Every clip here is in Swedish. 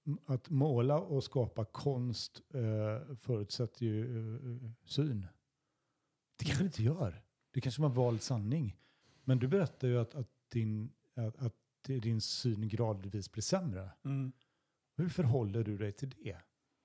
att måla och skapa konst förutsätter ju syn. Det kanske inte gör. Det kanske var vald sanning. Men du berättar ju att din syn gradvis blir sämre. Mm. Hur förhåller du dig till det?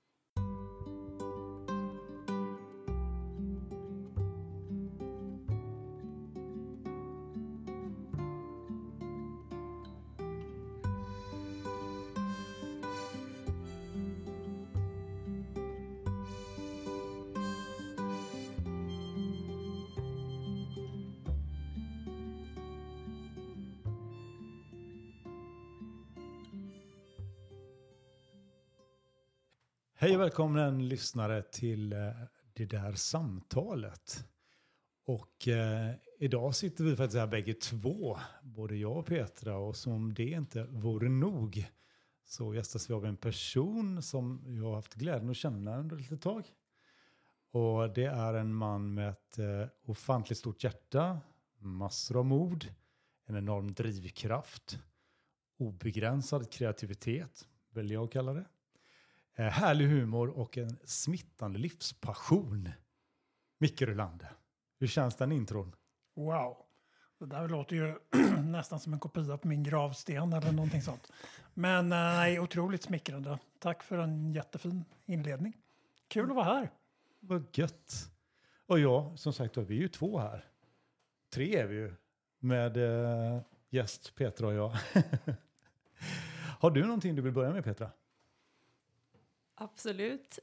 Hej och välkommen lyssnare till det där samtalet. Och idag sitter vi faktiskt här bägge två, både jag och Petra. Och som det inte vore nog så gästas vi av en person som jag har haft glädjen att känna under ett litet tag. Och det är en man med ett ofantligt stort hjärta, massor av mod, en enorm drivkraft, obegränsad kreativitet, vill jag kalla det. Härlig humor och en smittande livspassion. Micke Rylander. Hur känns den intron? Wow. Det där låter ju nästan som en kopia på min gravsten eller någonting sånt. Men nej, otroligt smickrande. Tack för en jättefin inledning. Kul att vara här. Vad gött. Och ja, som sagt, vi är ju 2 här. 3 är vi ju. Med gäst Petra och jag. Har du någonting du vill börja med, Petra? Absolut.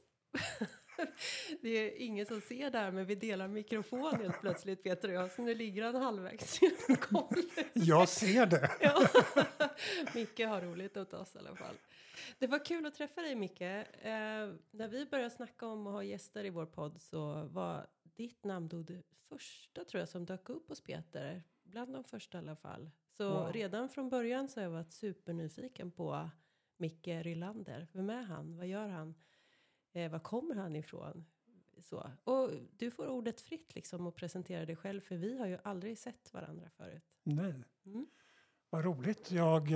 Det är ingen som ser där, men vi delar mikrofon helt plötsligt, Peter och jag. Så nu ligger han halvvägs. Jag ser det. Ja. Micke har roligt åt oss i alla fall. Det var kul att träffa dig, Micke. När vi började snacka om att ha gäster i vår podd så var ditt namn då det första, tror jag, som dök upp hos Peter. Bland de första i alla fall. Så redan från början så har jag varit supernyfiken på Micke Rylander. Vem är han? Vad gör han? Var kommer han ifrån? Så. Och du får ordet fritt liksom att presentera dig själv. För vi har ju aldrig sett varandra förut. Nej. Vad roligt. Jag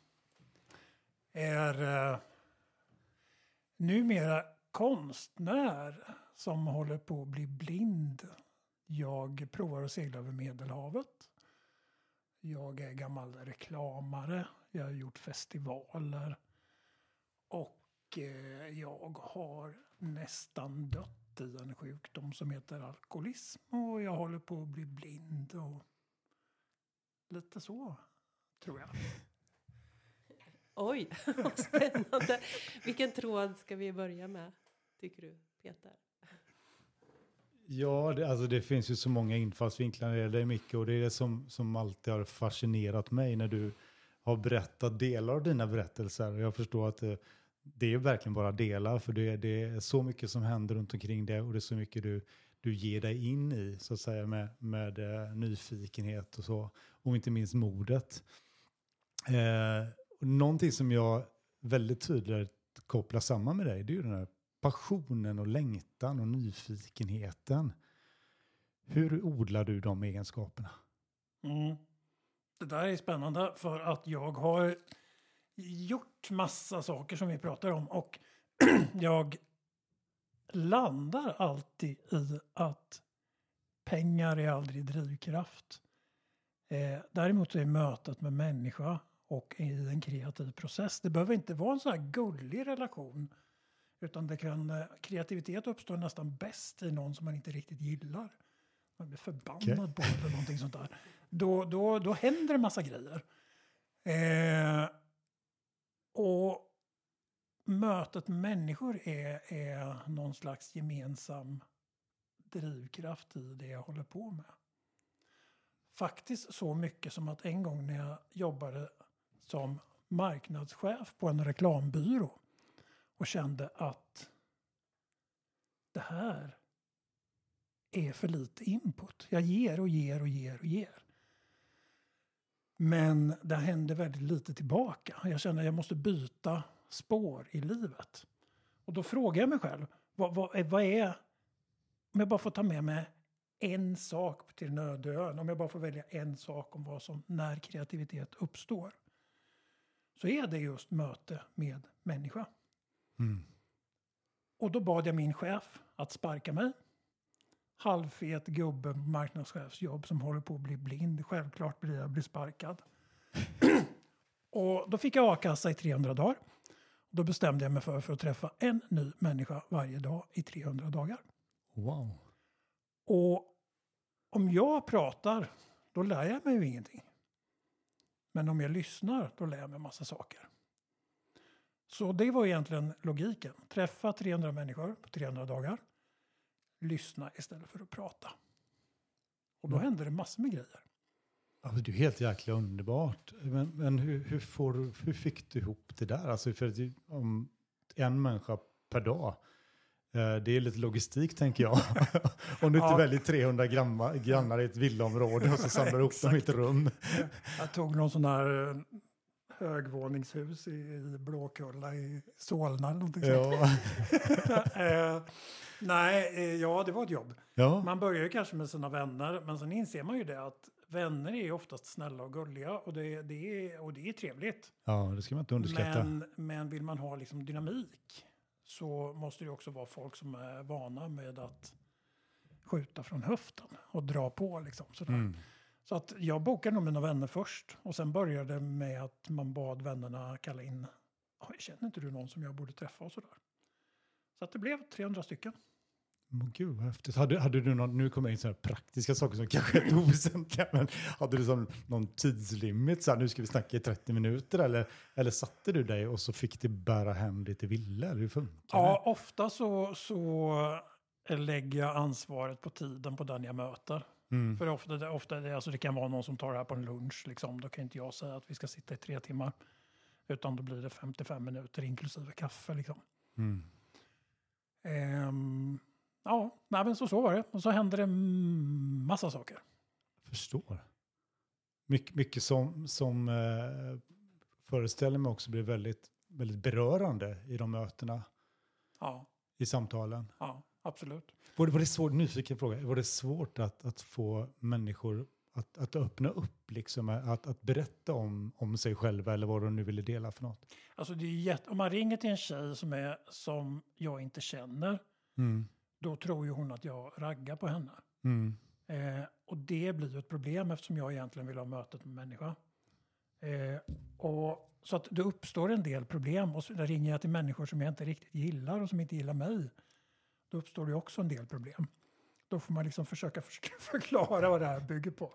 är numera konstnär som håller på att bli blind. Jag provar att segla över Medelhavet. Jag är gammal reklamare. Jag har gjort festivaler. Och jag har nästan dött i en sjukdom som heter alkoholism. Och jag håller på att bli blind och lite så, tror jag. Oj, vad spännande. Vilken tråd ska vi börja med, tycker du, Peter? Ja, det finns ju så många infallsvinklar när det gäller dig, Micke. Och det är det som alltid har fascinerat mig när du har berättat delar av dina berättelser. Jag förstår att det är verkligen bara delar, för det är så mycket som händer runt omkring det och det är så mycket du ger dig in i, så att säga, med nyfikenhet och så, och inte minst modet. Någonting som jag väldigt tydligt kopplar samman med dig, det är ju den här passionen och längtan och nyfikenheten. Hur odlar du de egenskaperna? Det där är spännande, för att jag har gjort massa saker som vi pratar om, och jag landar alltid i att pengar är aldrig drivkraft. Däremot så är mötet med människa och i en kreativ process. Det behöver inte vara en så här gullig relation, utan kreativitet uppstår nästan bäst i någon som man inte riktigt gillar. Man blir förbannad på eller någonting sånt där. Då händer det massa grejer. Och mötet med människor är någon slags gemensam drivkraft i det jag håller på med. Faktiskt så mycket som att en gång när jag jobbade som marknadschef på en reklambyrå och kände att det här är för lite input. Jag ger och ger och ger och ger. Men det hände väldigt lite tillbaka. Jag kände att jag måste byta spår i livet. Och då frågar jag mig själv, vad är, om jag bara får ta med mig en sak till nödön, om jag bara får välja en sak om vad som, när kreativitet uppstår, så är det just möte med människa. Mm. Och då bad jag min chef att sparka mig. Halvfet gubbe på marknadschefsjobb som håller på att bli blind. Självklart blir sparkad. Och då fick jag a-kassa i 300 dagar. Då bestämde jag mig för att träffa en ny människa varje dag i 300 dagar. Wow. Och om jag pratar, då lär jag mig ju ingenting. Men om jag lyssnar, då lär jag mig massa saker. Så det var egentligen logiken. Träffa 300 människor på 300 dagar. Lyssna istället för att prata. Och då händer det massor med grejer. Alltså, det är helt jäkla underbart. Men hur fick du ihop det där? Alltså för att om en människa per dag. Det är lite logistik tänker jag. Om du inte väljer 300 grannar i ett villaområde och så samlar du upp dem i ett rum. Jag tog någon sån här högvåningshus i Blåkulla i Solna eller någonting sånt. Nej, det var ett jobb. Ja. Man börjar ju kanske med sina vänner, men sen inser man ju det att vänner är ju oftast snälla och gulliga och det är trevligt. Ja, det ska man inte underskatta. Men vill man ha liksom dynamik så måste det också vara folk som är vana med att skjuta från höften och dra på liksom sådär. Mm. Så att jag bokade nog mina vänner först och sen började med att man bad vännerna kalla in, känner inte du någon som jag borde träffa och sådär. Så att det blev 300 stycken. Gud vad häftigt. Hade du någon, nu kommer jag in så här praktiska saker som kanske är oväsentliga, men hade du någon tidslimit så här, nu ska vi snacka i 30 minuter eller satte du dig och så fick det bära hem det till ville, eller hur funkar det? Ja, ofta så lägger jag ansvaret på tiden på den jag möter. Mm. För ofta det kan vara någon som tar det här på en lunch liksom, då kan inte jag säga att vi ska sitta i 3 timmar utan då blir det 55 minuter inklusive kaffe liksom. Mm. Men så var det. Och så hände det massa saker. Förstår. Mycket som föreställer mig också blir väldigt, väldigt berörande i de mötena. Ja. I samtalen. Ja, absolut. Var det svårt, nyfiken fråga, var det svårt att få människor att öppna upp, liksom, att berätta om sig själva eller vad de nu ville dela för något? Alltså det är om man ringer till en tjej som jag inte känner, då tror ju hon att jag raggar på henne. Mm. Och det blir ju ett problem eftersom jag egentligen vill ha mötet med människa. Och så att det uppstår en del problem och så ringer jag till människor som jag inte riktigt gillar och som inte gillar mig. Då uppstår det också en del problem. Då får man liksom försöka förklara vad det här bygger på.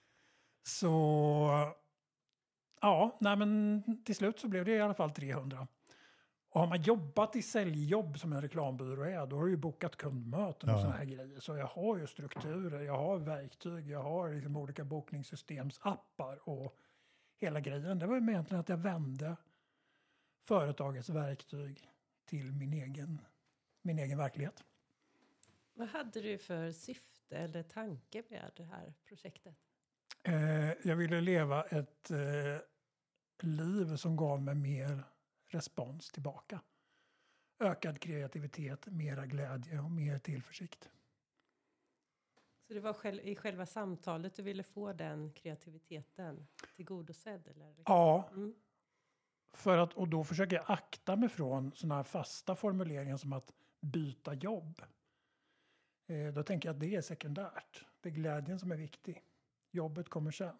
Så men till slut så blev det i alla fall 300. Och har man jobbat i säljjobb som en reklambyrå är, då har du ju bokat kundmöten och såna här grejer. Så jag har ju strukturer, jag har verktyg, jag har liksom olika bokningssystemsappar och hela grejen. Det var ju egentligen att jag vände företagets verktyg till min egen verklighet. Vad hade du för syfte eller tanke med det här projektet? Jag ville leva ett liv som gav mig mer respons tillbaka. Ökad kreativitet, mera glädje och mer tillförsikt. Så det var i själva samtalet du ville få den kreativiteten tillgodosedd? Eller? Ja, och då försöker jag akta mig från sådana här fasta formuleringar som att byta jobb. Då tänker jag att det är sekundärt. Det är glädjen som är viktig. Jobbet kommer sen.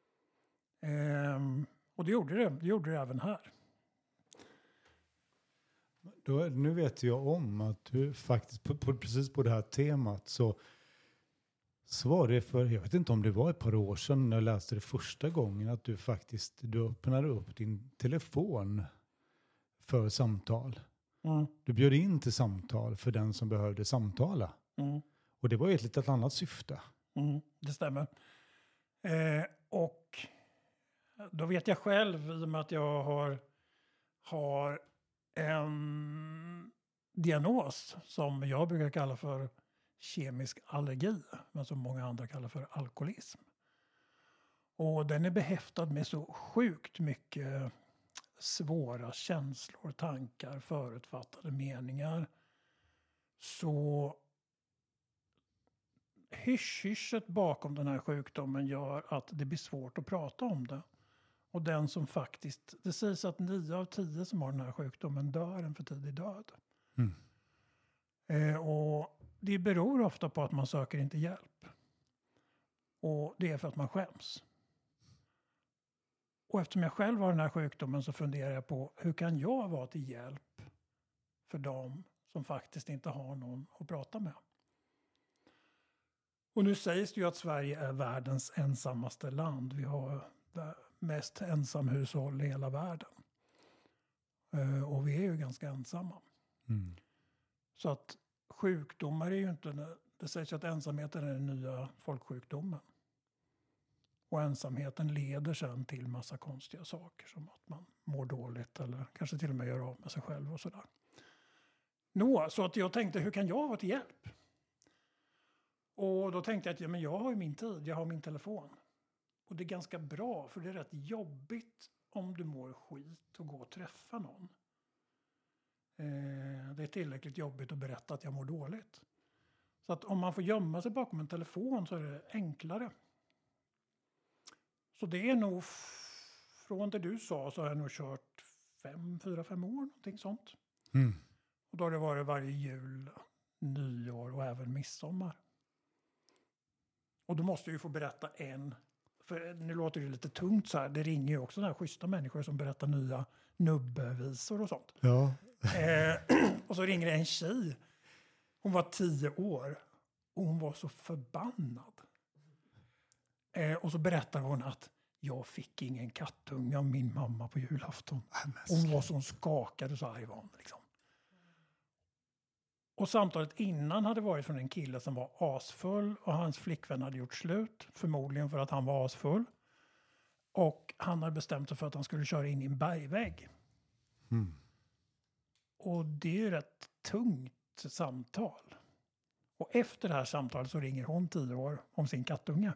Och det gjorde det även här. Nu vet jag om att du faktiskt precis på det här temat så var det jag vet inte om det var ett par år sedan när jag läste det första gången, att du öppnade upp din telefon för samtal. Du bjöd in till samtal för den som behövde samtala. Och det var ett litet annat syfte. Det stämmer. Och då vet jag själv, i och med att jag har en diagnos som jag brukar kalla för kemisk allergi, men som många andra kallar för alkoholism. Och den är behäftad med så sjukt mycket svåra känslor, tankar, förutfattade meningar. Så hyschet bakom den här sjukdomen gör att det blir svårt att prata om det. Och den som faktiskt, det sägs att 9 av 10 som har den här sjukdomen dör en för tidig död. Och det beror ofta på att man söker inte hjälp. Och det är för att man skäms. Och eftersom jag själv har den här sjukdomen så funderar jag på hur kan jag vara till hjälp för dem som faktiskt inte har någon att prata med. Och nu sägs det ju att Sverige är världens ensammaste land. Vi har mest ensamhushåll i hela världen. Och vi är ju ganska ensamma. Så att sjukdomar är ju inte... Det sägs ju att ensamheten är den nya folksjukdomen. Och ensamheten leder sen till massa konstiga saker. Som att man mår dåligt eller kanske till och med gör av med sig själv och sådär. Så att jag tänkte, hur kan jag vara till hjälp? Och då tänkte jag att men jag har ju min tid, jag har min telefon. Och det är ganska bra, för det är rätt jobbigt om du mår skit och gå och träffa någon. Det är tillräckligt jobbigt att berätta att jag mår dåligt. Så att om man får gömma sig bakom en telefon så är det enklare. Så det är nog, från det du sa så har jag nog kört 4-5 år, någonting sånt. Och då har det varit varje jul, nyår och även midsommar. Och då måste jag ju få berätta för nu låter det lite tungt så här, det ringer ju också sådana här schyssta människor som berättar nya nubbvisor och sånt. Ja. Och så ringer det en tjej. Hon var 10 år och hon var så förbannad. Och så berättar hon att jag fick ingen kattunge av min mamma på julafton. Hon var så skakad och så arg var hon liksom. Och samtalet innan hade varit från en kille som var asfull och hans flickvän hade gjort slut. Förmodligen för att han var asfull. Och han hade bestämt sig för att han skulle köra in i en bergvägg. Och det är ju rätt tungt samtal. Och efter det här samtalet så ringer hon 10 år om sin kattunge.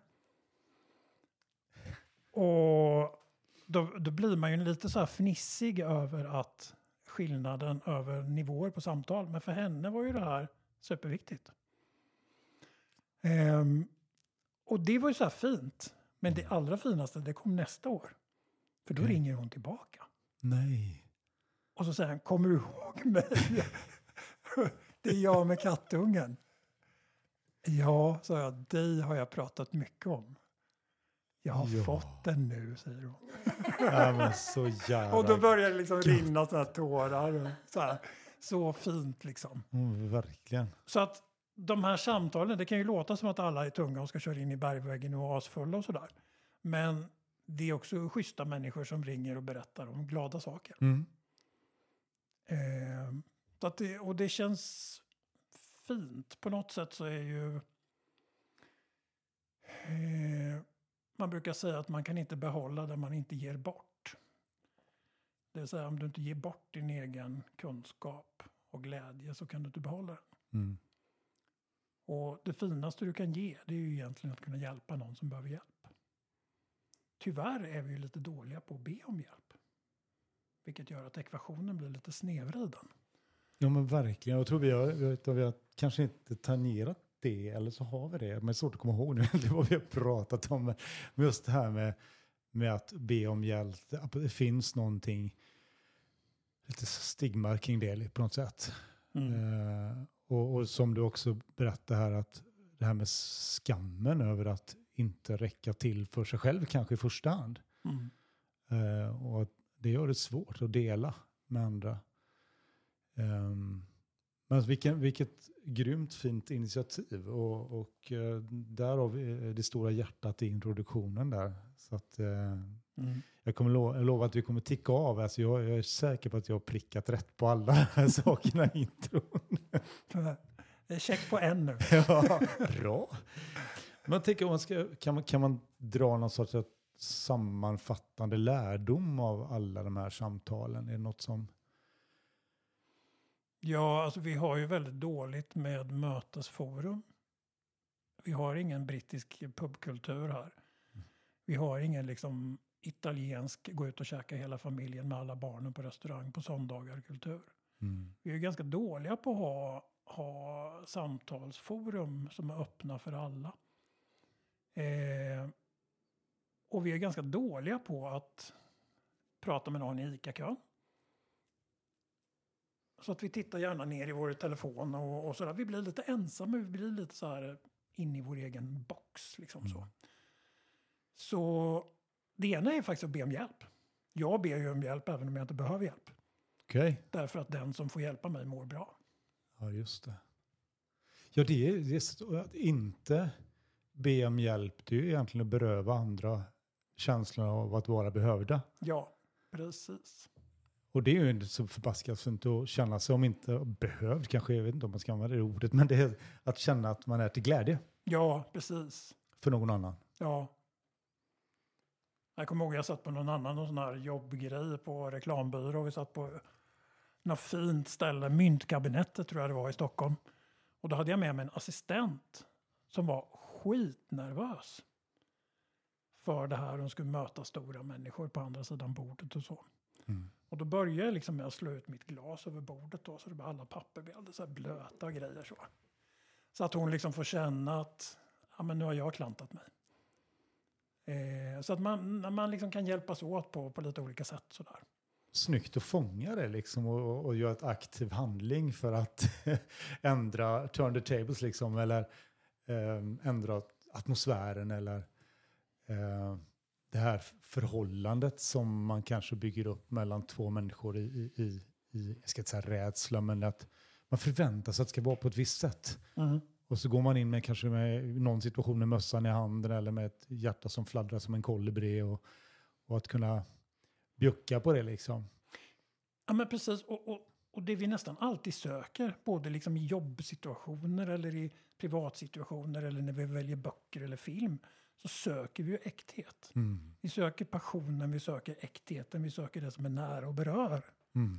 Och då blir man ju lite så här fnissig över att skillnaden över nivåer på samtal. Men för henne var ju det här superviktigt. Och det var ju så här fint. Men det allra finaste, det kom nästa år. För då ringer hon tillbaka. Nej. Och så säger han, kommer du ihåg mig? Det är jag med kattungen. Ja, sa jag, dig har jag pratat mycket om. Jag har fått den nu, säger hon. Ja, men så jävla... Och då börjar det liksom rinna sådana här tårar. Så fint liksom. Verkligen. Så att de här samtalen, det kan ju låta som att alla är tunga och ska köra in i bergväggen och asfulla och sådär. Men det är också schyssta människor som ringer och berättar om glada saker. Så att och det känns fint. På något sätt så är ju... man brukar säga att man kan inte behålla det man inte ger bort. Det vill säga om du inte ger bort din egen kunskap och glädje så kan du inte behålla den. Och det finaste du kan ge, det är ju egentligen att kunna hjälpa någon som behöver hjälp. Tyvärr är vi ju lite dåliga på att be om hjälp. Vilket gör att ekvationen blir lite snedvriden. Ja men verkligen. Jag tror vi har kanske inte tangerat det, eller så har vi det. Men det är svårt att komma ihåg nu. Det var vi har pratat om. Men just det här med att be om hjälp. Att det finns någonting lite stigma kring det på något sätt. Och som du också berättar här, att det här med skammen över att inte räcka till för sig själv kanske i första hand. Och det gör det svårt att dela med andra. Men vilket grymt fint initiativ. Och där har vi det stora hjärtat i introduktionen där. Så att jag kommer lova att vi kommer ticka av. Alltså jag är säker på att jag har prickat rätt på alla sakerna i intron. Check på en nu. Ja, bra. Men jag tänker, kan man dra någon sorts sammanfattande lärdom av alla de här samtalen? Är det något som... Ja, alltså vi har ju väldigt dåligt med mötesforum. Vi har ingen brittisk pubkultur här. Vi har ingen liksom italiensk gå ut och käka hela familjen med alla barnen på restaurang på söndagar-kultur. Vi är ganska dåliga på att ha samtalsforum som är öppna för alla. Och vi är ganska dåliga på att prata med någon i ICA-kön. Så att vi tittar gärna ner i vår telefon och sådär. Vi blir lite ensamma, vi blir lite så här in i vår egen box. Liksom så det ena är faktiskt att be om hjälp. Jag ber ju om hjälp även om jag inte behöver hjälp. Okej. Därför att den som får hjälpa mig mår bra. Ja, just det. Ja, det är så att inte be om hjälp. Det är ju egentligen att beröva andra känslan av att vara behövda. Ja, precis. Och det är ju inte så förbaskat fint att känna sig om inte behövd. Kanske, jag vet inte om man ska använda det ordet. Men det är att känna att man är till glädje. Ja, precis. För någon annan. Ja. Jag kommer ihåg jag satt på någon sån här jobbgrej på reklambyrå. Vi satt på något fint ställe, Myntkabinettet tror jag det var i Stockholm. Och då hade jag med mig en assistent som var skitnervös för det här. De skulle möta stora människor på andra sidan bordet och så. Mm. Och då började jag liksom med att slå ut mitt glas över bordet då, så det blev alla papper blev alldeles så här blöta grejer så. Så att hon liksom får känna att ja, men nu har jag klantat mig. Så att man liksom kan hjälpas åt på lite olika sätt sådär. Snyggt att fånga det liksom och göra ett aktiv handling för att ändra turn the tables liksom eller ändra atmosfären eller det här förhållandet som man kanske bygger upp mellan två människor i jag ska inte säga rädsla, men att man förväntar sig att det ska vara på ett visst sätt. Mm. Och så går man in med kanske med någon situation med mössan i handen eller med ett hjärta som fladdrar som en kolibri och att kunna bjucka på det liksom. Ja men precis, och det vi nästan alltid söker, både liksom i jobbsituationer eller i privatsituationer eller när vi väljer böcker eller film, så söker vi ju äkthet. Mm. Vi söker passionen, vi söker äktheten, vi söker det som är nära och berör. Mm.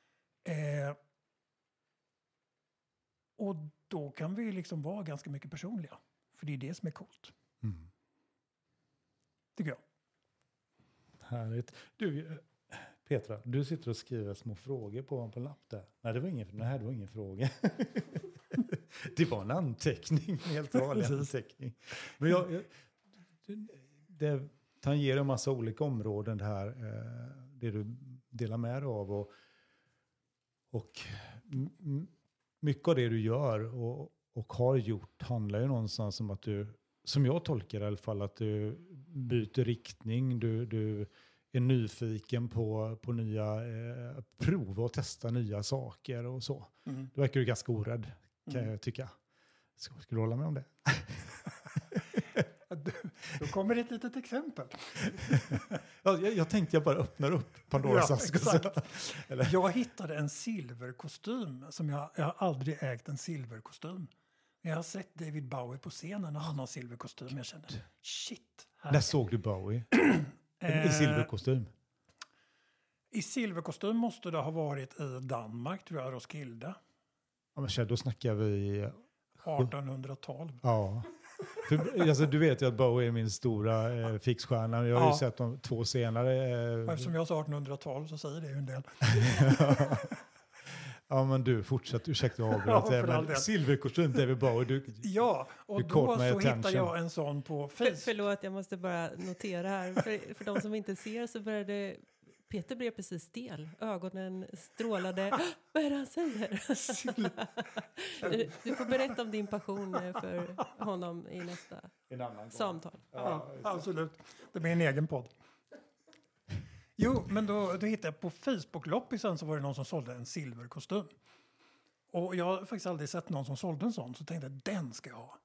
Och då kan vi liksom vara ganska mycket personliga. För det är det som är coolt. Mm. Tycker jag. Härligt. Du, Petra, du sitter och skriver små frågor på en lapp där. Nej, det var ingen fråga. Det var en anteckning, en helt vanlig anteckning. Men det tangerar en massa olika områden det här, det du delar med dig av. Och mycket av det du gör och har gjort handlar ju någonstans om att du, som jag tolkar i alla fall, att du byter riktning, du är nyfiken på nya prova och testa nya saker och så. Mm. Då verkar du ganska orädd, kan jag tycka. Skulle du hålla med om det? Då kommer ett litet exempel. Ja, jag tänkte jag bara öppnar upp Pandoras ask. Jag hittade en silverkostym som jag har aldrig ägt en silverkostym. Jag har sett David Bowie på scenen när han har silverkostym. Jag kände, shit. När såg du Bowie? I silverkostym? I silverkostym måste det ha varit i Danmark, tror jag, Roskilde. Ja, men då snackar vi 1812. Ja. För, alltså, du vet ju att Bowie är min stora fixstjärna. Jag har ju sett de 2 senare. Eftersom jag sa 1812 så säger det ju en del. Ja, men du, fortsätt. Ursäkta att avbryta. Men silverkostym, David Bowie. Ja, och då så hittar jag en sån på Facebook. Förlåt, jag måste bara notera här. För de som inte ser så började Peter blev precis stel. Ögonen strålade. Vad är det han säger? Du får berätta om din passion för honom i nästa samtal. Ja, absolut. Det blir en egen podd. Jo, men då hittade jag på Facebook-loppisen så var det någon som sålde en silverkostym. Och jag har faktiskt aldrig sett någon som sålde en sån, så tänkte jag, den ska jag ha.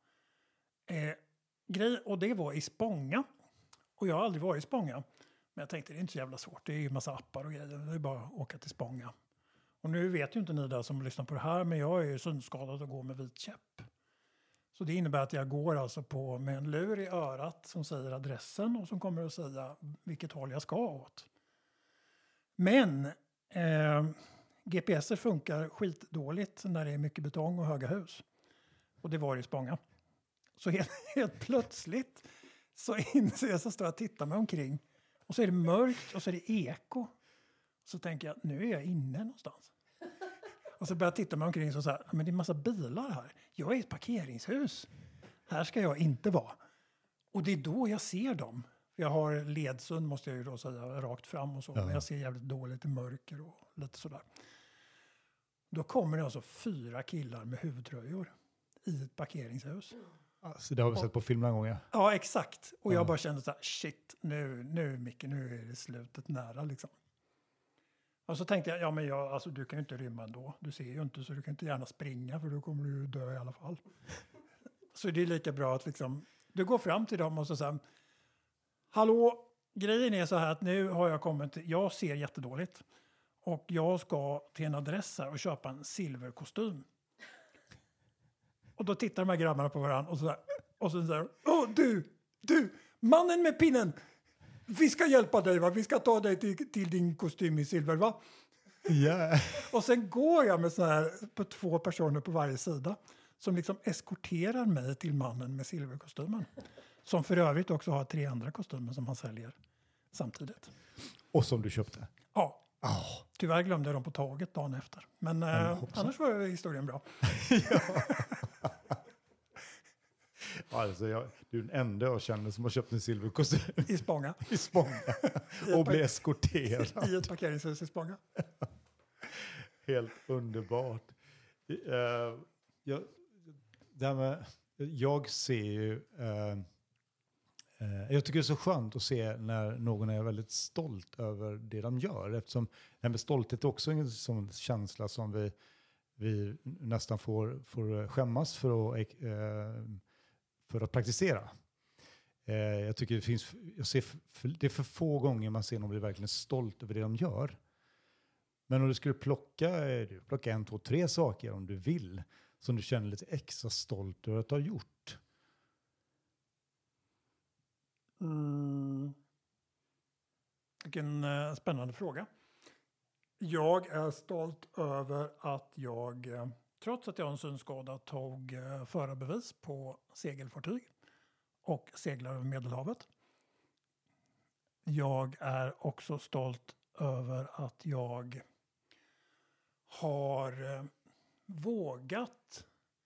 Och det var i Spånga. Och jag har aldrig varit i Spånga. Men jag tänkte, det är inte så jävla svårt. Det är ju massa appar och grejer. Det är bara att åka till Spånga. Och nu vet ju inte ni där som lyssnar på det här, men jag är ju synskadad och går med vit käpp. Så det innebär att jag går alltså med en lur i örat som säger adressen och som kommer att säga vilket håll jag ska åt. Men GPSer funkar skitdåligt när det är mycket betong och höga hus. Och det var i Spånga. Så helt plötsligt så inser jag, så står jag och tittar mig omkring. Och så är det mörkt och så är det eko. Så tänker jag, nu är jag inne någonstans. Och så börjar jag titta mig omkring och så här, men det är en massa bilar här. Jag är i ett parkeringshus. Här ska jag inte vara. Och det är då jag ser dem. För jag har ledsyn, måste jag ju då säga, rakt fram och så. Ja. Men jag ser jävligt dåligt i mörker och lite sådär. Då kommer det alltså 4 killar med huvudtröjor i ett parkeringshus. Alltså, det har vi sett på film några gånger. Ja, exakt. Och jag Ja. bara kände så här, shit, nu Micke, nu är det slutet nära liksom. Och så tänkte jag, alltså, du kan ju inte rymma ändå. Du ser ju inte, så du kan inte gärna springa, för då kommer du ju dö i alla fall. Så det är lika bra att liksom, du går fram till dem och så säger, hallå, grejen är så här att nu har jag kommit, jag ser jättedåligt. Och jag ska till en adress här och köpa en silverkostym. Och då tittar de här grabbarna på varandra och så säger de, du, mannen med pinnen. Vi ska hjälpa dig, va? Vi ska ta dig till din kostym i silver, va? Yeah. Och sen går jag med så här på 2 personer på varje sida som liksom eskorterar mig till mannen med silverkostymen. Som för övrigt också har 3 andra kostymer som han säljer samtidigt. Och som du köpte. Ja. Oh. Tyvärr glömde jag dem på tåget dagen efter. Men annars var historien bra. Alltså, du är den enda jag känner som har köpt en silverkostym I Spånga. i Spånga. Och blir eskorterad. I ett parkeringshus i Spånga. Helt underbart. Jag ser ju... jag tycker det är så skönt att se när någon är väldigt stolt över det de gör. Eftersom det här med stolthet är också en sån känsla som vi nästan får skämmas för att praktisera. Jag tycker det finns... det är för få gånger man ser någon bli verkligen stolt över det de gör. Men om du skulle plocka 1, 2, 3 saker om du vill som du känner lite extra stolt över att ha gjort. Vilken spännande fråga. Jag är stolt över att jag, trots att jag har en synskada, tog förarbevis på segelfartyg och seglar över Medelhavet. Jag är också stolt över att jag har vågat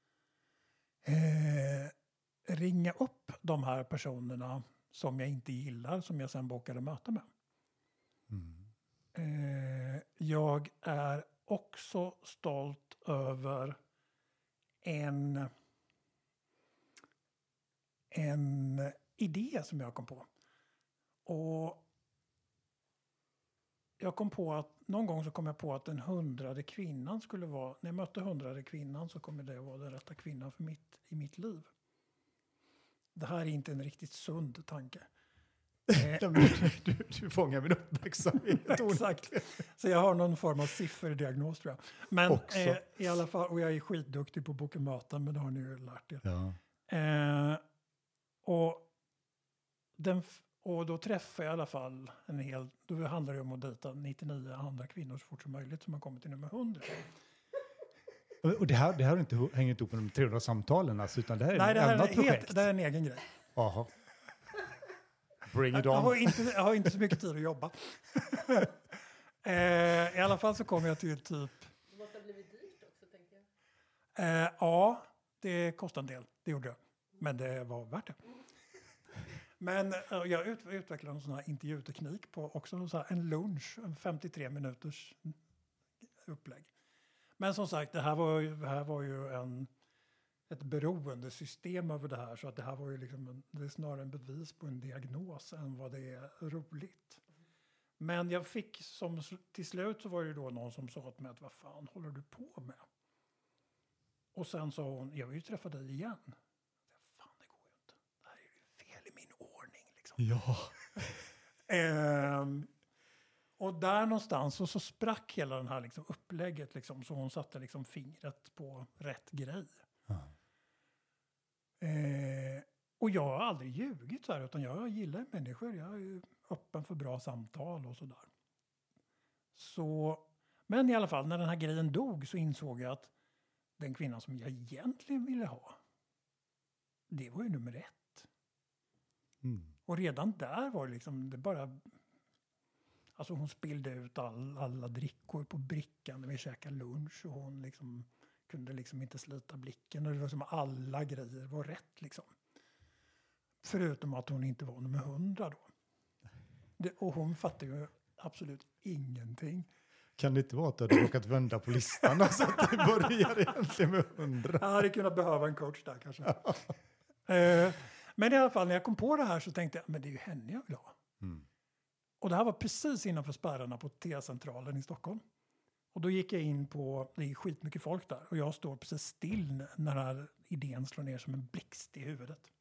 ringa upp de här personerna som jag inte gillar, som jag sen bokade möte med. Jag är också stolt över en idé som jag kom på. Och jag kom på att någon gång så kom jag på att den 100:e kvinnan skulle vara, när jag mötte 100:e kvinnan så kommer det vara den rätta kvinnan i mitt liv. Det här är inte en riktigt sund tanke. Du fångar min uppmärksamhet. Exakt. Så jag har någon form av sifferdiagnos, tror jag. Men i alla fall, och jag är skitduktig på att boka möten, men det har ni ju lärt er. Ja. Och då träffar jag i alla fall då handlar det om att dejta 99 andra kvinnor så fort som möjligt som har kommit till nummer 100. Och det här hänger inte ihop med de 300 samtalen, alltså, utan det här är ett annat projekt. Det här är en egen grej. Aha. Bring it on. Jag har inte så mycket tid att jobba. I alla fall så kom jag till typ... Det måste ha blivit dyrt också, tänker jag. Ja, det kostade en del. Det gjorde jag. Men det var värt det. Men jag utvecklade en sån här intervjuteknik på också så här en lunch, en 53 minuters upplägg. Men som sagt, det här var ju ett beroendesystem över det här, så att det här var ju liksom det är snarare en bevis på en diagnos än vad det är roligt. Men jag fick till slut så var det då någon som sa till mig att vad fan håller du på med? Och sen sa hon, jag vill ju träffa dig igen. Fan, det går ju inte. Det här är ju fel i min ordning liksom. Ja. Och där någonstans så sprack hela den här liksom upplägget liksom, så hon satte liksom fingret på rätt grej. Och jag har aldrig ljugit så här, utan jag gillar människor. Jag är ju öppen för bra samtal och sådär. Men i alla fall, när den här grejen dog så insåg jag att den kvinnan som jag egentligen ville ha, det var ju nummer 1. Och redan där var det liksom, det bara... Alltså hon spillde ut alla drickor på brickan när vi käkade lunch, och hon liksom kunde liksom inte slita blicken, och det var som alla grejer var rätt liksom. Förutom att hon inte var nummer 100 då. Och hon fattar ju absolut ingenting. Kan det inte vara att du hade råkat vända på listan så att det börjar egentligen med 100? Jag hade kunnat behöva en coach där kanske. Men i alla fall när jag kom på det här så tänkte jag, men det är ju henne jag vill ha. Mm. Och det här var precis innanför spärrarna på T-centralen i Stockholm. Och då gick jag in på, det är skitmycket folk där. Och jag står precis still när den här idén slår ner som en blixt i huvudet.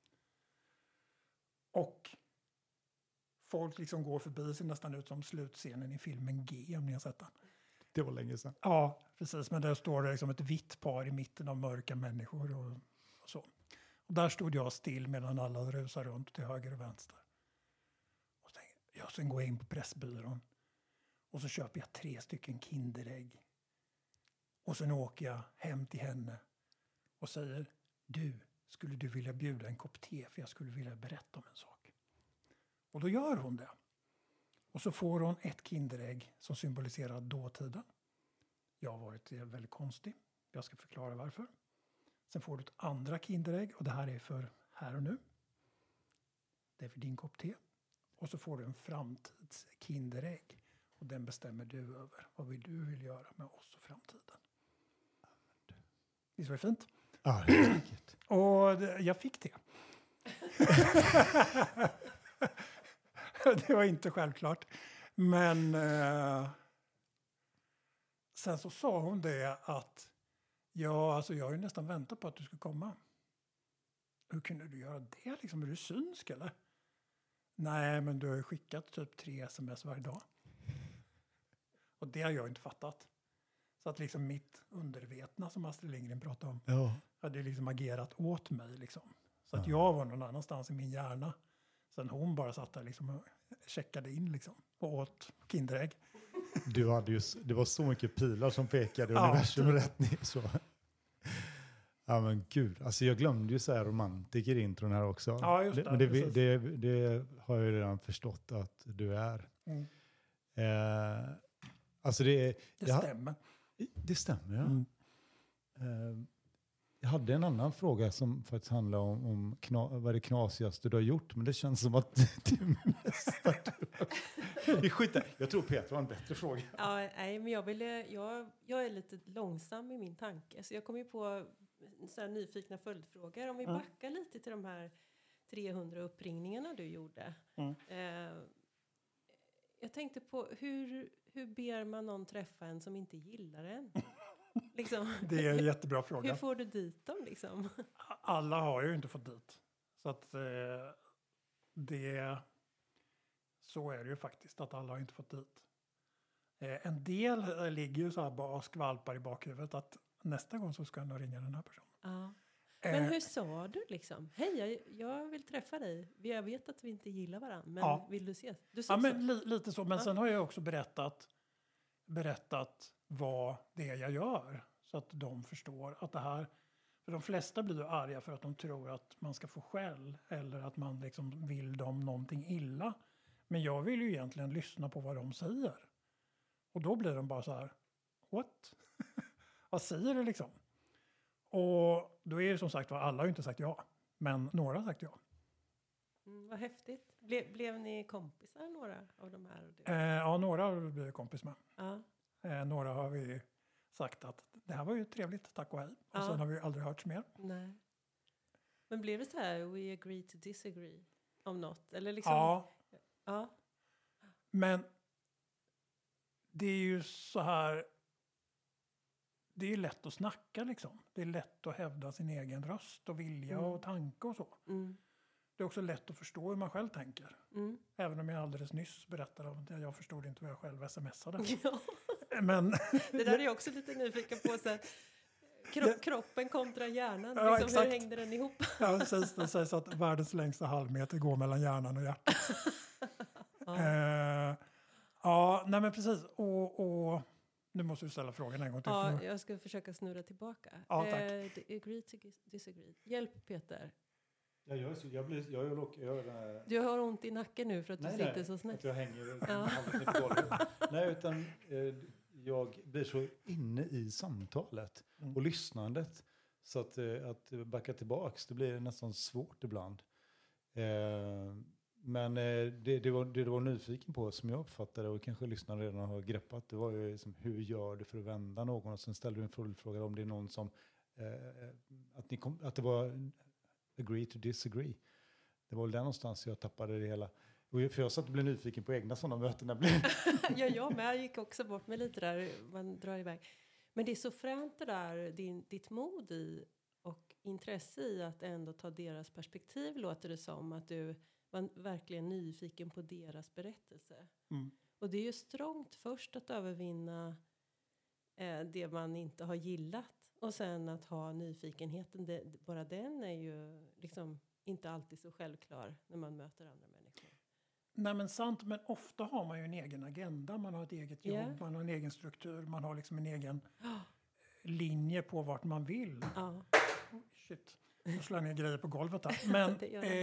Och folk liksom går förbi, ser nästan ut som slutscenen i filmen G, om ni har sett den. Det var länge sedan. Ja, precis. Men där står det liksom ett vitt par i mitten av mörka människor och så. Och där stod jag still medan alla rusar runt till höger och vänster. Och så tänkte jag, sen går jag in på Pressbyrån. Och så köper jag 3 stycken Kinderägg. Och sen åker jag hem till henne och säger, skulle du vilja bjuda en kopp te? För jag skulle vilja berätta om en sak. Och då gör hon det. Och så får hon ett Kinderägg som symboliserar dåtiden. Jag har varit väldigt konstig. Jag ska förklara varför. Sen får du ett andra Kinderägg och det här är för här och nu. Det är för din kopp te. Och så får du en framtids Kinderägg. Och den bestämmer du över. Vad vill du vill göra med oss och framtiden? Visst var det fint? Ja, det är säkert. Och jag fick det. Det var inte självklart. Men sen så sa hon det att jag har ju nästan väntat på att du skulle komma. Hur kunde du göra det? Liksom, är du synsk eller? Nej, men du har ju skickat typ 3 sms varje dag. Och det har jag inte fattat. Så att liksom mitt undervetna som Astrid Lindgren pratade om hade liksom agerat åt mig liksom. Så att jag var någon annanstans i min hjärna. Sen hon bara satt där liksom och checkade in liksom och åt Kinderägg. Det var så mycket pilar som pekade universum rätt ner så. Ja men gud, alltså jag glömde ju så här romantiker intron här också. Ja, just det. Men det har jag ju redan förstått att du är. Mm. Alltså det stämmer. Det stämmer, ja. Jag hade en annan fråga som faktiskt handlar om vad är det knasigaste du har gjort. Men det känns som att det mesta du har... Jag tror Peter har en bättre fråga. Ja, nej, men jag är lite långsam i min tanke. Så jag kom ju på så här nyfikna följdfrågor. Om vi backar lite till de här 300 uppringningarna du gjorde. Jag tänkte på hur ber man någon träffa en som inte gillar en? Liksom. Det är en jättebra fråga. Hur får du dit dem liksom? Alla har ju inte fått dit. Så att så är det ju faktiskt att alla har inte fått dit. En del ligger ju så här bara och skvalpar i bakhuvudet att nästa gång så ska jag nog ringa den här personen. Ja. Men hur sa du liksom? Hej, jag vill träffa dig. Jag vet att vi inte gillar varandra, men vill du ses? Du sa men lite så. Men sen har jag också berättat vad det är jag gör. Så att de förstår att det här... För de flesta blir ju arga för att de tror att man ska få skäll. Eller att man liksom vill dem någonting illa. Men jag vill ju egentligen lyssna på vad de säger. Och då blir de bara så här... What? Vad säger du liksom? Och då är det som sagt alla har ju inte sagt ja. Men några har sagt ja. Vad häftigt. Blev ni kompisar några av de här? Ja, några har vi blivit kompis med. Ja. Några har vi sagt att det här var ju trevligt, tack och hej. Och sen har vi aldrig hört mer. Nej. Men blev det så här, we agree to disagree om något? Eller liksom, ja. Men det är ju så här, det är ju lätt att snacka liksom. Det är lätt att hävda sin egen röst och vilja och tanke och så. Mm. Det är också lätt att förstå hur man själv tänker. Mm. Även om jag alldeles nyss berättade om att jag förstod inte vad jag själv smsade. Ja. Men det där är jag också lite nyfiken på. Så här, kroppen kontra hjärnan. Ja, liksom, hur hängde den ihop? Ja, precis. Det sägs att världens längsta halvmeter går mellan hjärnan och hjärtat. Nej men precis. Och nu måste du ställa frågan en gång till. Ja, jag ska försöka snurra tillbaka. Ja, tack. Agree to disagree. Hjälp Peter. Ja, Du har ont i nacken nu för att du sitter så snett. Att jag hänger på golvet. Nej, utan jag blir så inne i samtalet och lyssnandet. Så att backa tillbaks, det blir nästan svårt ibland. Men det du var nyfiken på, som jag uppfattade och kanske lyssnarna redan har greppat, det var ju liksom, hur gör du för att vända någon? Och sen ställde du en följdfråga om det är någon som, att det var agree to disagree. Det var väl där någonstans jag tappade det hela. För jag satt och blev nyfiken på egna sådana möten. Ja, jag med. Jag gick också bort mig lite där. Man drar iväg. Men det är så fränt det där, ditt mod i och intresse i att ändå ta deras perspektiv, låter det som. Att du var verkligen nyfiken på deras berättelse. Mm. Och det är ju strångt först att övervinna det man inte har gillat. Och sen att ha nyfikenheten. Bara den är ju liksom inte alltid så självklar när man möter andra människor. Nej, men sant, men ofta har man ju en egen agenda. Man har ett eget jobb, man har en egen struktur, man har liksom en egen linje på vart man vill. Ja. Shit, jag slår ner grejer på golvet här. Men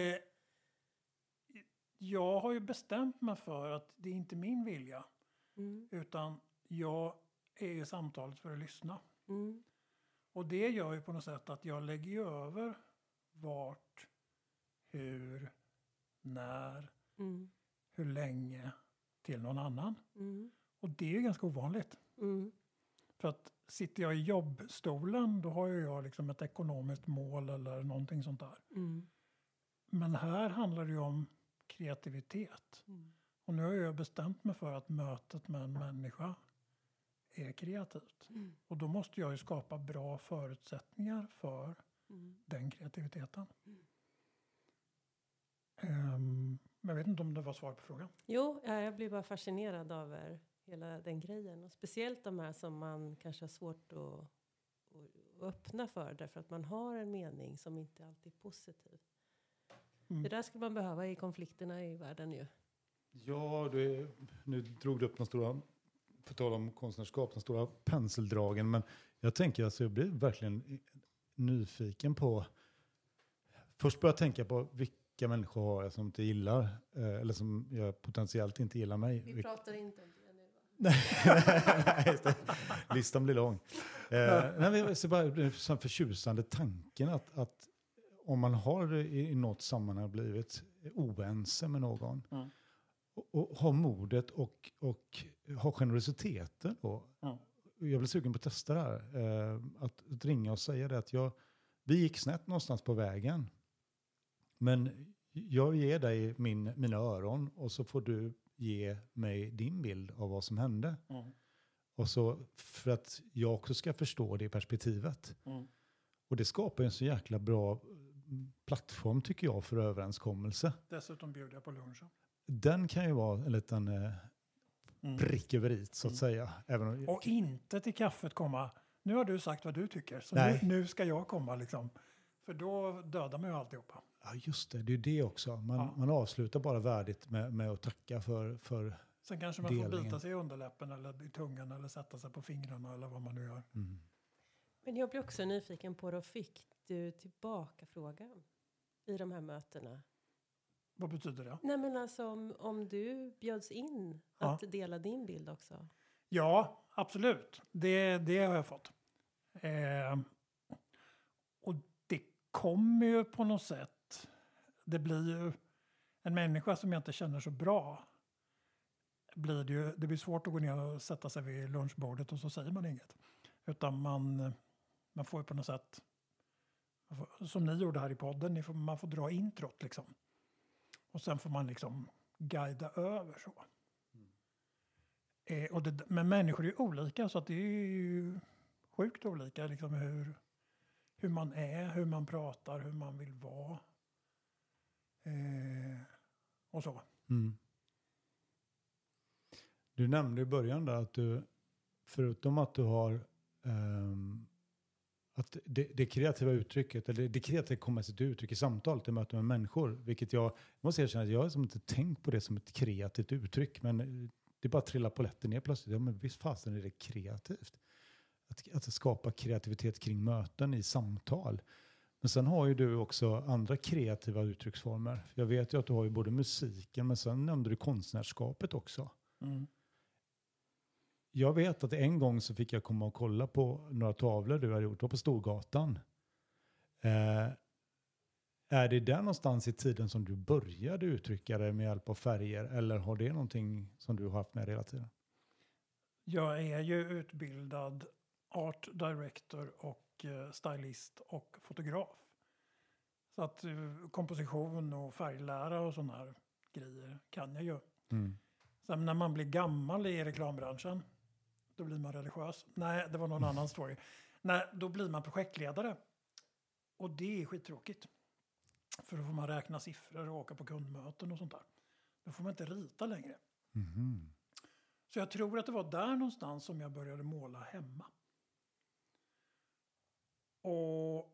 jag har ju bestämt mig för att det är inte min vilja. Utan jag är i samtalet för att lyssna. Och det gör ju på något sätt att jag lägger över vart, hur, när, hur länge till någon annan. Och det är ju ganska ovanligt. För att sitter jag i jobbstolen, då har ju jag liksom ett ekonomiskt mål eller någonting sånt där. Men här handlar det ju om kreativitet. Och nu har jag bestämt mig för att mötet med en människa är kreativt. Och då måste jag ju skapa bra förutsättningar för den kreativiteten. Jag vet inte om det var svar på frågan. Jo, jag blir bara fascinerad över hela den grejen. Och speciellt de här som man kanske har svårt att öppna för. Därför att man har en mening som inte alltid är positiv. Det där skulle man behöva i konflikterna i världen ju. Ja, nu drog du upp de stora, på tal om konstnärskap, de stora penseldragen. Men jag tänker, alltså, jag blir verkligen nyfiken på... Först börjar jag tänka på vilka människor har jag som inte gillar. Eller som jag potentiellt inte gillar mig. Vi pratar inte om det nu, va? Nej, listan blir lång. Nej, så bara så förtjusande tanken att om man har i något sammanhang blivit oense med någon och har modet och har generositeten då. Jag blir sugen på att testa det här. Att ringa och säga det att vi gick snett någonstans på vägen. Men jag ger dig mina öron och så får du ge mig din bild av vad som hände. Och så för att jag också ska förstå det perspektivet. Och det skapar en så jäkla bra plattform, tycker jag, för överenskommelse. Dessutom bjuder jag på lunchen. Den kan ju vara en liten prick över i, så att säga. Och inte till kaffet komma. Nu har du sagt vad du tycker. Så nu ska jag komma liksom. För då dödar man ju alltihopa. Ja, just det. Det är det också. Man avslutar bara värdigt med att tacka för sen kanske man delningen. får bita sig i underläppen eller i tungan eller sätta sig på fingrarna eller vad man nu gör. Men jag blir också nyfiken på, då fick du tillbaka frågan i de här mötena? Vad betyder det? Nej, men alltså om du bjöds in att dela din bild också. Ja, absolut. Det har jag fått. Och det kommer ju på något sätt. Det blir ju en människa som jag inte känner så bra. Det blir svårt att gå ner och sätta sig vid lunchbordet och så säger man inget. Utan man får ju på något sätt, som ni gjorde här i podden, man får dra introt liksom. Och sen får man liksom guida över så. Men människor är ju olika, så att det är ju sjukt olika liksom hur man är, hur man pratar, hur man vill vara. Och så. Du nämnde i början där att du, förutom att du har att det kreativa uttrycket, eller det kreativa kommer sitt uttryck i samtalet, i möte med människor, vilket jag måste erkänna att jag har inte tänkt på det som ett kreativt uttryck, men det bara trillar på lätten ner plötsligt. Ja, men visst fasen är det kreativt. Att skapa kreativitet kring möten i samtal. Men sen har ju du också andra kreativa uttrycksformer. Jag vet ju att du har ju både musiken, men sen nämnde du konstnärskapet också. Jag vet att en gång så fick jag komma och kolla på några tavlor du har gjort. Det var på Storgatan. Är det där någonstans i tiden som du började uttrycka det med hjälp av färger? Eller har det någonting som du har haft med hela tiden? Jag är ju utbildad art director och stylist och fotograf. Så att komposition och färglära och sådana här grejer kan jag ju. Mm. Sen när man blir gammal i reklambranschen, då blir man religiös. Nej, det var någon annan story. Nej, då blir man projektledare. Och det är skittråkigt. För då får man räkna siffror och åka på kundmöten och sånt där. Då får man inte rita längre. Mhm. Så jag tror att det var där någonstans som jag började måla hemma. Och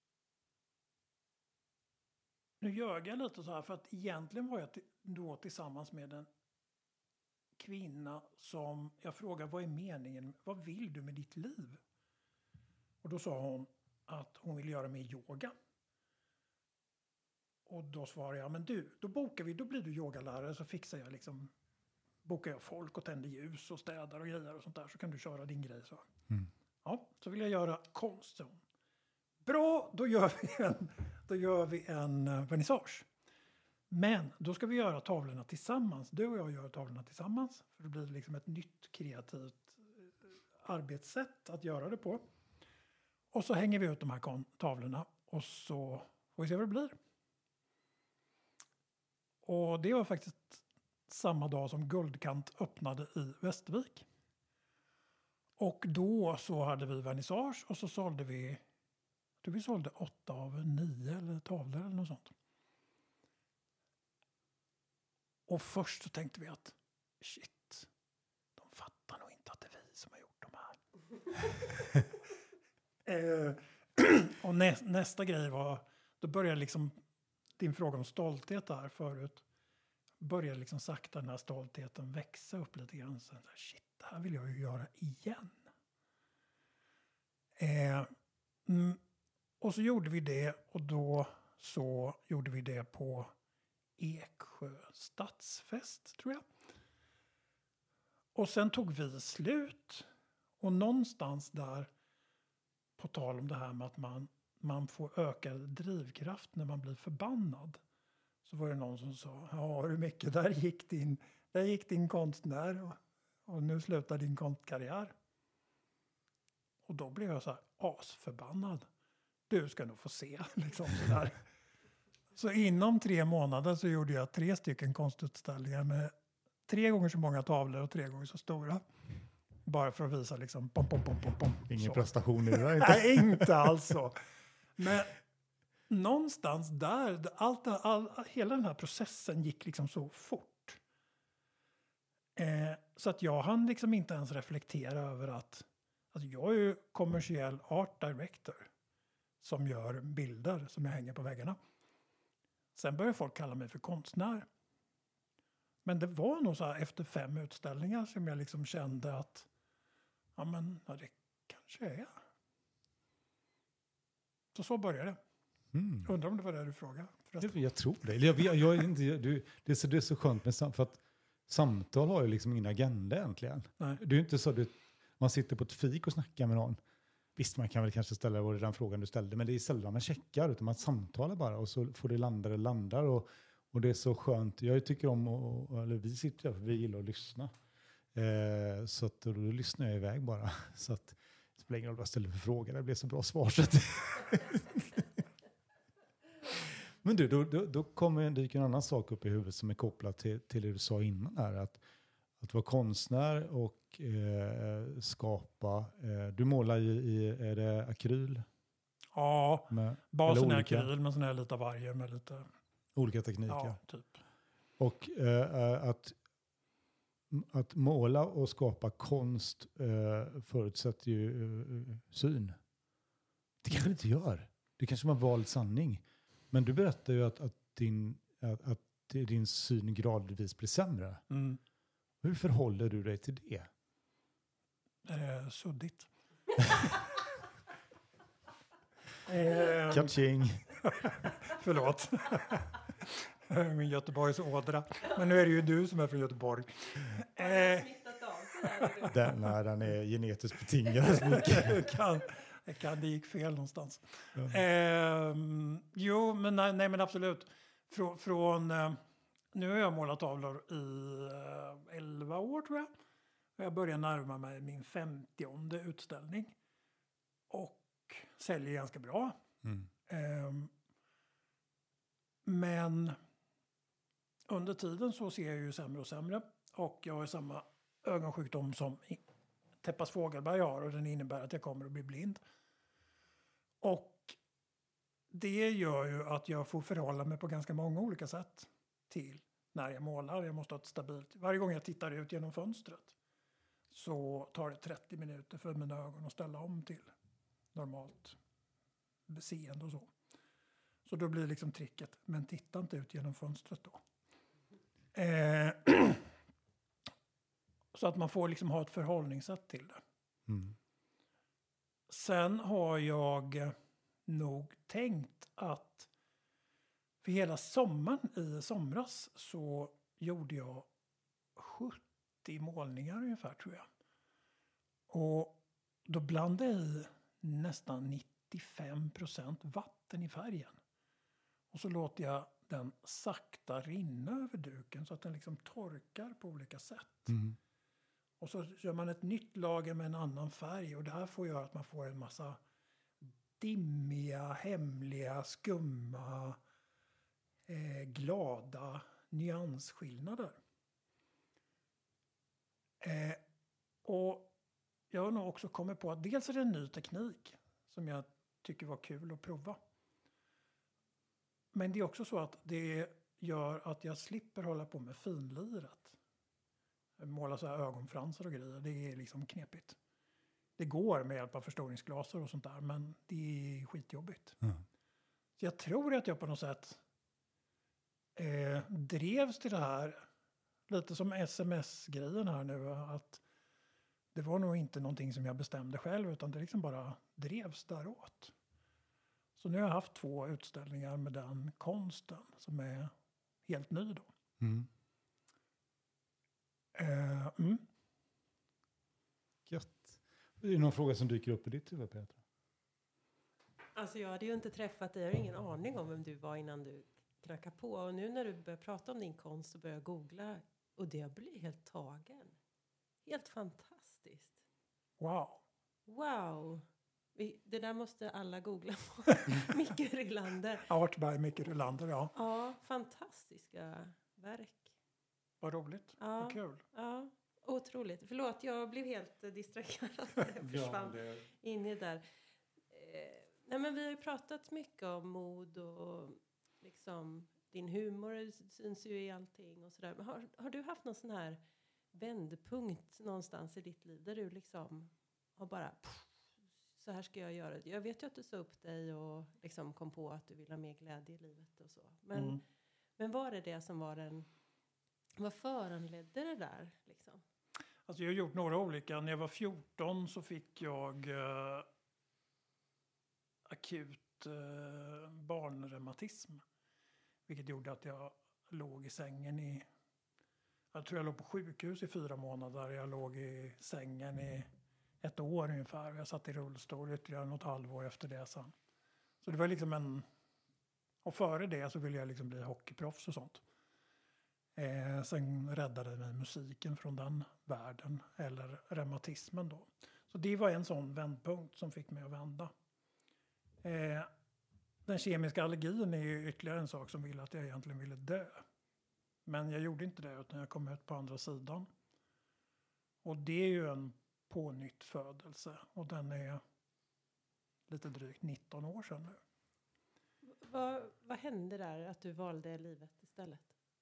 nu ljög jag lite så här, för att egentligen var jag då tillsammans med en kvinna som jag frågade, vad är meningen, vad vill du med ditt liv? Och då sa hon att hon ville göra mer yoga. Och då svarade jag, men du, då bokar vi, då blir du yogalärare, så fixar jag liksom, bokar jag folk och tänder ljus och städar och grejer och sånt där, så kan du köra din grej. Så. Mm. Ja, så vill jag göra konst. Så. Bra, då gör vi en vernissage. Men då ska vi göra tavlorna tillsammans. Du och jag gör tavlorna tillsammans. För det blir liksom ett nytt kreativt arbetssätt att göra det på. Och så hänger vi ut de här tavlorna. Och så får vi se vad det blir. Och det var faktiskt samma dag som Guldkant öppnade i Västervik. Och då så hade vi vernissage och så sålde vi, vi sålde 8 av 9 eller tavlor eller något sånt. Och först så tänkte vi att shit, de fattar nog inte att det är vi som har gjort de här. Och nästa grej var, då började liksom din fråga om stolthet där förut, började liksom sakta den här stoltheten växa upp lite grann. Så där, shit, det här vill jag ju göra igen. Och så gjorde vi det, och då så gjorde vi det på Eksjö stadsfest, tror jag. Och sen tog vi slut, och någonstans där, på tal om det här med att man får ökad drivkraft när man blir förbannad, så var det någon som sa, ja hur mycket, där gick din konstnär och nu slutar din konstkarriär. Och då blev jag så här asförbannad. Du ska nog få se, liksom sådär. Så inom 3 månader så gjorde jag 3 stycken konstutställningar med 3 gånger så många tavlor och 3 gånger så stora. Bara för att visa liksom pom. Ingen prestation i det där inte. Nej, inte alls så. Men någonstans där, hela den här processen gick liksom så fort. Så att jag hann liksom inte ens reflektera över att jag är ju kommersiell art director som gör bilder som jag hänger på väggarna. Sen började folk kalla mig för konstnär. Men det var nog så här efter 5 utställningar som jag liksom kände att ja, det kanske är jag. Så började det. Mm. Undrar om det var det du frågade. Jag tror det. Jag är inte, det är så skönt med för att samtal har ju liksom ingen agenda egentligen. Nej. Det är ju inte så att man sitter på ett fik och snackar med någon. Visst, man kan väl kanske ställa den frågan du ställde, men det är sällan man checkar, utan man samtalar bara och så får det landar och det är så skönt. Jag tycker om, eller vi sitter där för vi gillar att lyssna. Så att då lyssnar jag iväg bara. Så att det spelar ingen roll vad jag ställer för frågor, det blir så bra svar. Så att men du, då dyker en annan sak upp i huvudet som är kopplad till det du sa innan här. Att vara konstnär och skapa. Du målar i är det akryl? Ja, basen är akryl, men sen är det lite av varje med lite olika tekniker. Ja, typ. Och att måla och skapa konst förutsätter ju syn. Det kanske det inte gör. Det kanske var vald sanning. Men du berättar ju att din syn gradvis blir sämre. Mm. Hur förhåller du dig till det? Suddigt. Catching. Förlåt. Min Göteborgs ådra. Men nu är det ju du som är från Göteborg. Den är genetiskt betingad. Det gick fel någonstans. Ja. Jo, men nej, men absolut. Nu har jag målat tavlor i 11 år tror jag. Och jag börjar närma mig min 50:e utställning. Och säljer ganska bra. Men under tiden så ser jag ju sämre och sämre. Och jag har samma ögonsjukdom som Teppas Fågelberg har. Och den innebär att jag kommer att bli blind. Och det gör ju att jag får förhålla mig på ganska många olika sätt till när jag målar. Jag måste ha ett stabilt... Varje gång jag tittar ut genom fönstret så tar det 30 minuter för mina ögon att ställa om till normalt seende och så. Så då blir liksom tricket, men titta inte ut genom fönstret då. Så att man får liksom ha ett förhållningssätt till det. Sen har jag nog tänkt att för hela sommaren i somras så gjorde jag 70 målningar ungefär tror jag. Och då blandade jag i nästan 95% vatten i färgen. Och så låter jag den sakta rinna över duken så att den liksom torkar på olika sätt. Och så gör man ett nytt lager med en annan färg och det här får göra att man får en massa dimmiga, hemliga, skumma, glada nyansskillnader. Och jag har nog också kommit på att dels är det en ny teknik som jag tycker var kul att prova. Men det är också så att det gör att jag slipper hålla på med finliret. Måla så här ögonfransar och grejer, det är liksom knepigt. Det går med hjälp av förstoringsglaser och sånt där, men det är skitjobbigt. Så jag tror att jag på något sätt drevs till det här, lite som sms-grejen här nu, att det var nog inte någonting som jag bestämde själv, utan det liksom bara drevs däråt. Så nu har jag haft 2 utställningar med den konsten som är helt ny då. Gött. Är det någon fråga som dyker upp i ditt huvud, Petra? Alltså jag hade ju inte träffat dig, jag har ingen aning om vem du var innan du knackade på. Och nu när du börjar prata om din konst så börjar jag googla och det blir helt tagen. Helt fantastiskt. Wow. Det där måste alla googla på. Micke Rylander. Art by Micke Rylander, ja. Ja, fantastiska verk. Vad roligt. Ja. Vad kul. Ja, otroligt. Förlåt, jag blev helt distraherad. Jag försvann in i det där. Nej, men vi har ju pratat mycket om mod och liksom din humor syns ju i allting och sådär. Men har du haft någon sån här vändpunkt någonstans i ditt liv där du liksom har bara så här ska jag göra. Jag vet ju att du sa upp dig och liksom kom på att du vill ha mer glädje i livet och så. Men var det som var vad föranledde det där liksom? Alltså jag har gjort några olika. När jag var 14 så fick jag akut barnreumatism. Vilket gjorde att jag låg i sängen jag tror jag låg på sjukhus i 4 månader. Jag låg i sängen i 1 år ungefär. Jag satt i rullstol ytterligare något halvår efter det sen. Så det var liksom och före det så ville jag liksom bli hockeyproffs och sånt. Sen räddade mig musiken från den världen. Eller reumatismen då. Så det var en sån vändpunkt som fick mig att vända. Den kemiska allergin är ju ytterligare en sak som ville att jag egentligen ville dö. Men jag gjorde inte det utan jag kom ut på andra sidan. Och det är ju en pånyttfödelse. Och den är lite drygt 19 år sedan nu. Vad hände där att du valde livet istället?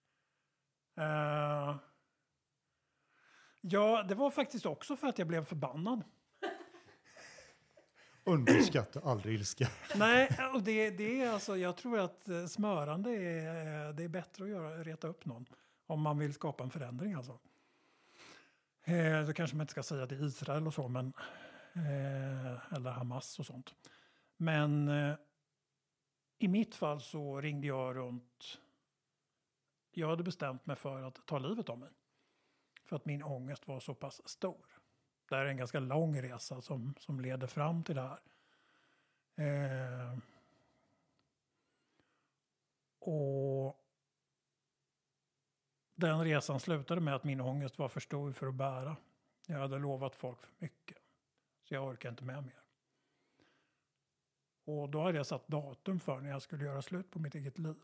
Ja, det var faktiskt också för att jag blev förbannad. Underskatta aldrig ilska. Nej, och det är alltså, jag tror att smörande det är bättre att reta upp någon. Om man vill skapa en förändring alltså. Då kanske man inte ska säga det i Israel och så, men eller Hamas och sånt. Men i mitt fall så ringde jag runt. Jag hade bestämt mig för att ta livet av mig. För att min ångest var så pass stor. Det här är en ganska lång resa som leder fram till det här. Och den resan slutade med att min ångest var för stor för att bära. Jag hade lovat folk för mycket. Så jag orkade inte med mer. Och då hade jag satt datum för när jag skulle göra slut på mitt eget liv.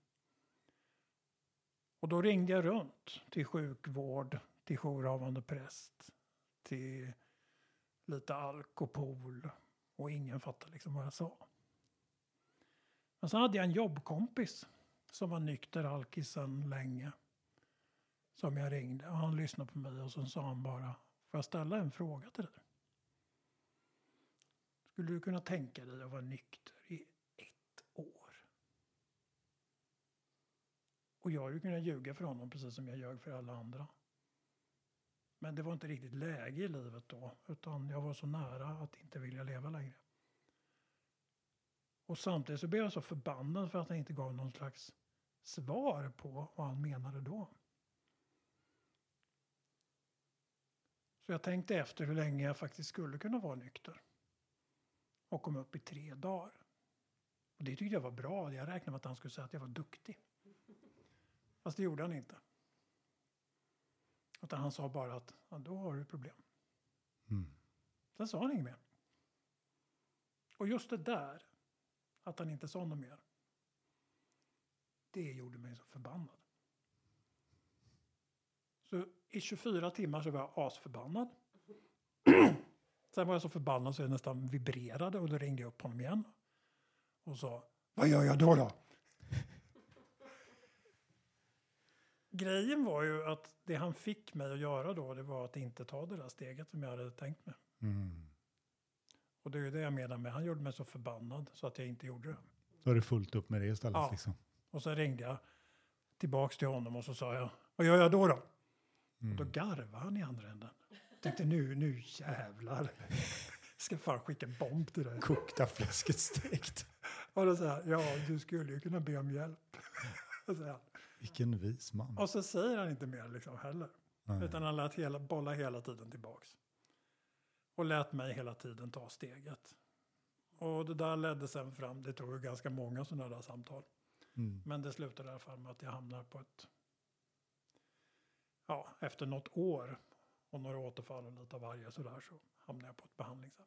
Och då ringde jag runt till sjukvård, till jourhavande präst, till lite alkohol. Och ingen fattade liksom vad jag sa. Men så hade jag en jobbkompis som var nykter alkis sedan länge. Som jag ringde och han lyssnade på mig och så sa han bara, får jag ställa en fråga till dig? Skulle du kunna tänka dig att vara nykter i 1 år? Och jag hade kunnat ljuga för honom precis som jag ljög för alla andra. Men det var inte riktigt läge i livet då. Utan jag var så nära att inte vilja leva längre. Och samtidigt så blev jag så förbannad för att han inte gav någon slags svar på vad han menade då. Så jag tänkte efter hur länge jag faktiskt skulle kunna vara nykter. Och kom upp i 3 dagar. Och det tyckte jag var bra. Jag räknade med att han skulle säga att jag var duktig. Fast det gjorde han inte. Utan han sa bara att ja, då har du problem. Sen sa han inget mer. Och just det där, att han inte sa något mer. Det gjorde mig så förbannad. Så i 24 timmar så var jag asförbannad. Sen var jag så förbannad så jag nästan vibrerade och då ringde jag upp honom igen. Och sa, vad gör jag då? Grejen var ju att det han fick mig att göra då, det var att inte ta det där steget som jag hade tänkt mig. Och det är ju det jag menar med, han gjorde mig så förbannad så att jag inte gjorde det. Då har du fullt upp med det istället. Ja. Liksom. Och så ringde jag tillbaks till honom och så sa jag, vad gör jag då? Och då garvade han i andra änden. Jag tänkte nu jävlar. Ska fan skicka bomb till dig. Kokta fläsket stekt. Och då sa ja du skulle ju kunna be om hjälp. Och så Vilken vis man. och så säger han inte mer liksom heller. Nej. Utan han lät bolla hela tiden tillbaks. Och lät mig hela tiden ta steget. Och det där ledde sen fram, det tog ju ganska många sådana där samtal. Men det slutade i alla fall med att jag hamnar på ett, ja, efter något år och några återfall och lite av varje sådär så hamnade jag på ett behandlingshem.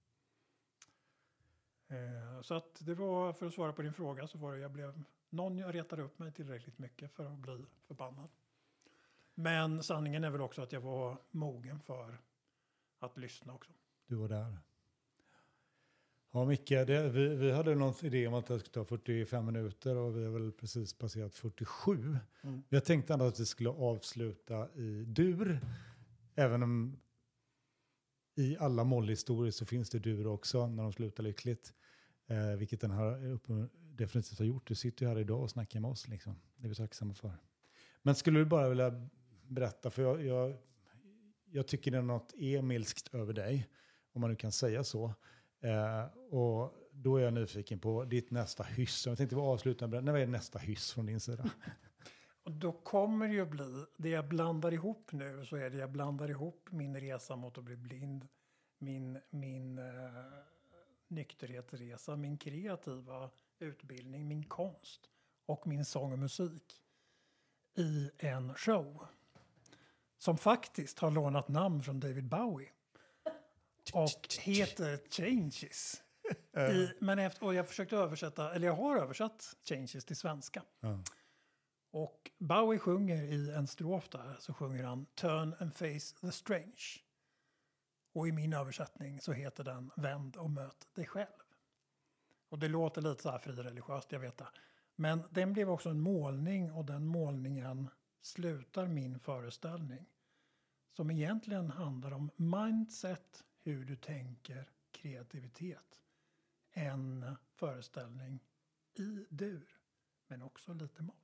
Så att det var, för att svara på din fråga så var det, jag retade upp mig tillräckligt mycket för att bli förbannad. Men sanningen är väl också att jag var mogen för att lyssna också. Du var där. Ja, Micke, vi hade någon idé om att det skulle ta 45 minuter och vi har väl precis passerat 47. Jag tänkte ändå att vi skulle avsluta i dur. Även om i alla mollhistorier så finns det dur också när de slutar lyckligt. Vilket den här definitivt har gjort. Du sitter ju här idag och snackar med oss. Liksom. Det är vi tacksamma för. Men skulle du bara vilja berätta, för jag tycker det är något emilskt över dig. Om man nu kan säga så. Och då är jag nyfiken på ditt nästa hyss. Jag tänkte avsluta med vad är nästa hyss från din sida? Och då kommer det ju bli, det jag blandar ihop nu så är det jag blandar ihop min resa mot att bli blind, min nykterhetsresa, min kreativa utbildning, min konst och min sång och musik i en show som faktiskt har lånat namn från David Bowie och heter Changes. Och jag försökte översätta, eller jag har översatt Changes till svenska. Och Bowie sjunger i en strof där, så sjunger han Turn and face the strange. Och i min översättning så heter den Vänd och möt dig själv. Och det låter lite så här frireligiöst, jag vet det. Men den blev också en målning och den målningen slutar min föreställning. Som egentligen handlar om mindset, hur du tänker, kreativitet. En föreställning i dur, men också lite moll.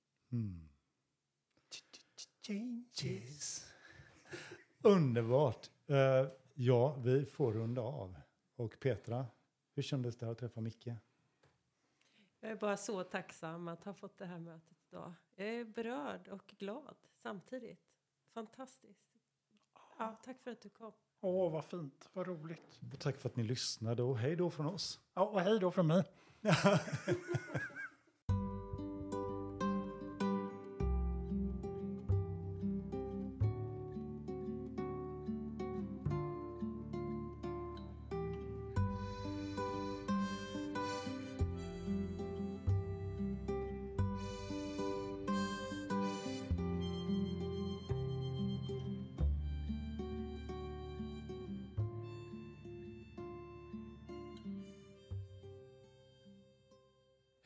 Changes. Underbart. Ja, vi får runda av. Och Petra, hur kändes det att träffa Micke? Jag är bara så tacksam att ha fått det här mötet idag. Jag är berörd och glad samtidigt. Fantastiskt. Ja, tack för att du kom. Åh, vad fint. Vad roligt. Och tack för att ni lyssnade och hej då från oss. Ja, och hej då från mig.